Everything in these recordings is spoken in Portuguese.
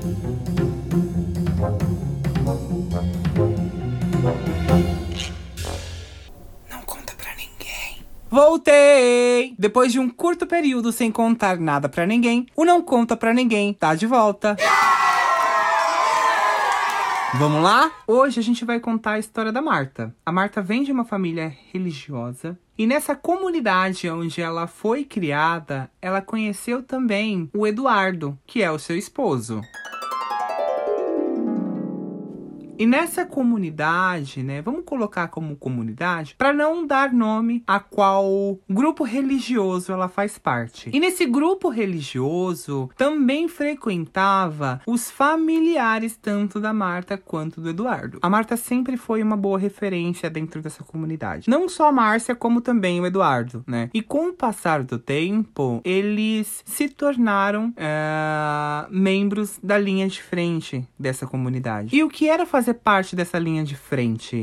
Não conta pra ninguém. Voltei! Depois de um curto período sem contar nada pra ninguém, o Não Conta Pra Ninguém tá de volta. Vamos lá? Hoje a gente vai contar a história da Marta. A Marta vem de uma família religiosa. E nessa comunidade onde ela foi criada, ela conheceu também o Eduardo, que é o seu esposo. E nessa comunidade, né, vamos colocar como comunidade, para não dar nome a qual grupo religioso ela faz parte. E nesse grupo religioso também frequentava os familiares tanto da Marta quanto do Eduardo. A Marta sempre foi uma boa referência dentro dessa comunidade. Não só a Márcia, como também o Eduardo, né? E com o passar do tempo, eles se tornaram membros da linha de frente dessa comunidade. E o que era fazer parte dessa linha de frente?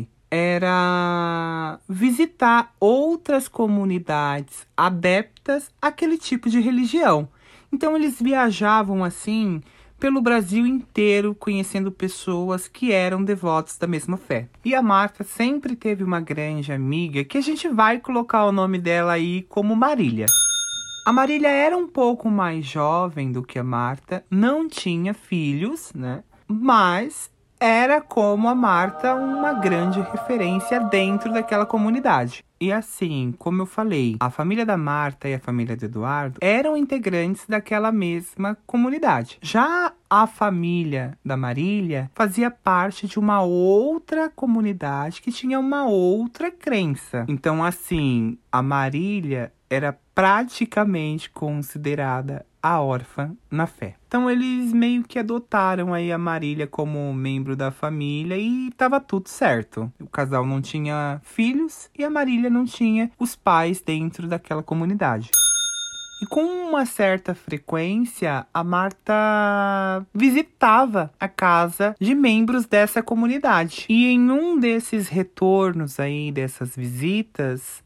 Era visitar outras comunidades adeptas àquele tipo de religião. Então eles viajavam assim pelo Brasil inteiro, conhecendo pessoas que eram devotos da mesma fé. E a Marta sempre teve uma grande amiga, que a gente vai colocar o nome dela aí como Marília. A Marília era um pouco mais jovem do que a Marta, não tinha filhos, né? Mas era como a Marta uma grande referência dentro daquela comunidade. E assim, como eu falei, a família da Marta e a família do Eduardo eram integrantes daquela mesma comunidade. Já a família da Marília fazia parte de uma outra comunidade que tinha uma outra crença. Então, assim, a Marília era praticamente considerada a órfã na fé. Então eles meio que adotaram aí a Marília como membro da família e tava tudo certo. O casal não tinha filhos e a Marília não tinha os pais dentro daquela comunidade. E com uma certa frequência, a Marta visitava a casa de membros dessa comunidade. E em um desses retornos aí, dessas visitas,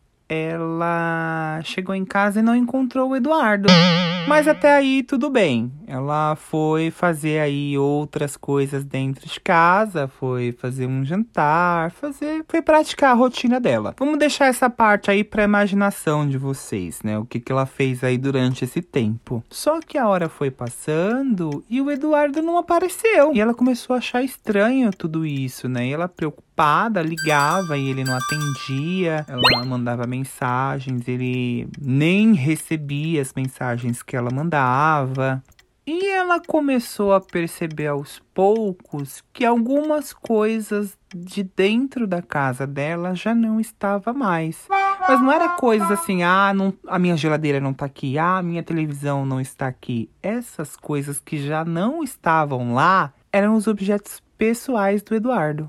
ela chegou em casa e não encontrou o Eduardo. Mas até aí tudo bem. Ela foi fazer aí outras coisas dentro de casa, foi fazer um jantar, foi praticar a rotina dela. Vamos deixar essa parte aí pra imaginação de vocês, né? O que ela fez aí durante esse tempo. Só que a hora foi passando e o Eduardo não apareceu. E ela começou a achar estranho tudo isso, né? E ela preocupada, ligava e ele não atendia. Ela mandava mensagens, ele nem recebia as mensagens que ela mandava. E ela começou a perceber aos poucos que algumas coisas de dentro da casa dela já não estava mais. Mas não era coisas assim, a minha geladeira não tá aqui, a minha televisão não está aqui. Essas coisas que já não estavam lá eram os objetos pessoais do Eduardo.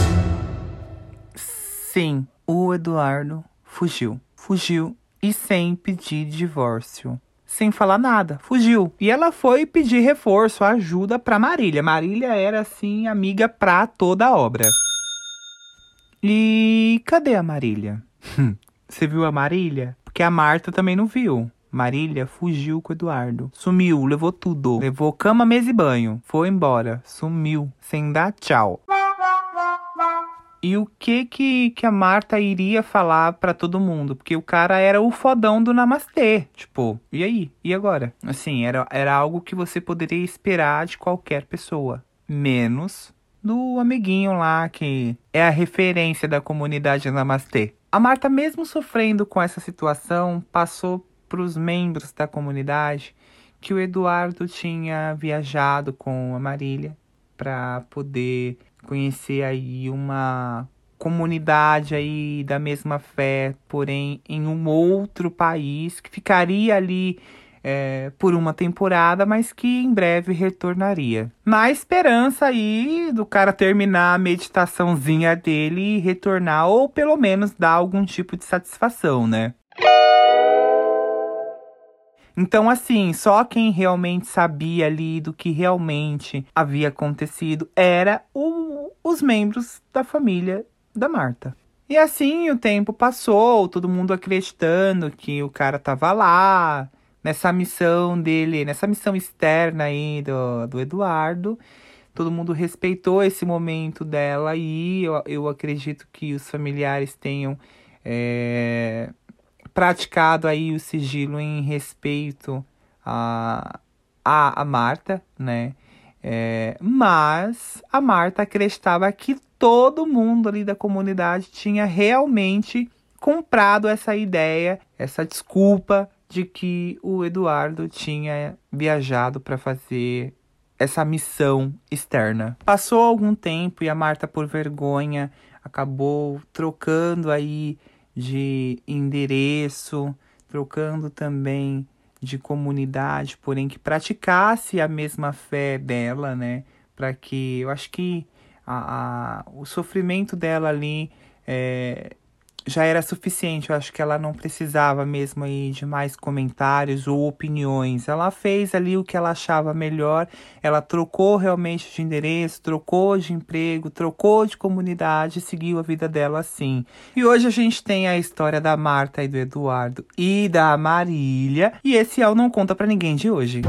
Sim, o Eduardo fugiu. Fugiu e sem pedir divórcio. Sem falar nada, fugiu. E ela foi pedir reforço, ajuda pra Marília. Marília era, assim, amiga pra toda a obra. E cadê a Marília? Você viu a Marília? Porque a Marta também não viu. Marília fugiu com o Eduardo. Sumiu, levou tudo. Levou cama, mesa e banho. Foi embora, sumiu, sem dar tchau. E o que a Marta iria falar pra todo mundo? Porque o cara era o fodão do namastê. Tipo, e aí? E agora? Assim, era algo que você poderia esperar de qualquer pessoa. Menos do amiguinho lá, que é a referência da comunidade namastê. A Marta, mesmo sofrendo com essa situação, passou pros membros da comunidade que o Eduardo tinha viajado com a Marília pra poder conhecer aí uma comunidade aí da mesma fé, porém em um outro país, que ficaria ali por uma temporada, mas que em breve retornaria. Na esperança aí do cara terminar a meditaçãozinha dele e retornar, ou pelo menos dar algum tipo de satisfação, né? Então, assim, só quem realmente sabia ali do que realmente havia acontecido era os membros da família da Marta. E assim o tempo passou, todo mundo acreditando que o cara tava lá, nessa missão dele, nessa missão externa aí do Eduardo. Todo mundo respeitou esse momento dela e eu acredito que os familiares tenham praticado aí o sigilo em respeito a Marta, né? Mas a Marta acreditava que todo mundo ali da comunidade tinha realmente comprado essa ideia, essa desculpa de que o Eduardo tinha viajado para fazer essa missão externa. Passou algum tempo e a Marta, por vergonha, acabou trocando aí de endereço, trocando também de comunidade, porém que praticasse a mesma fé dela, né? Para que eu acho que o sofrimento dela ali já era suficiente. Eu acho que ela não precisava mesmo aí de mais comentários ou opiniões. Ela fez ali o que ela achava melhor. Ela trocou realmente de endereço, trocou de emprego, trocou de comunidade e seguiu a vida dela assim. E hoje a gente tem a história da Marta e do Eduardo e da Marília. E esse é o Não Conta Pra Ninguém de hoje.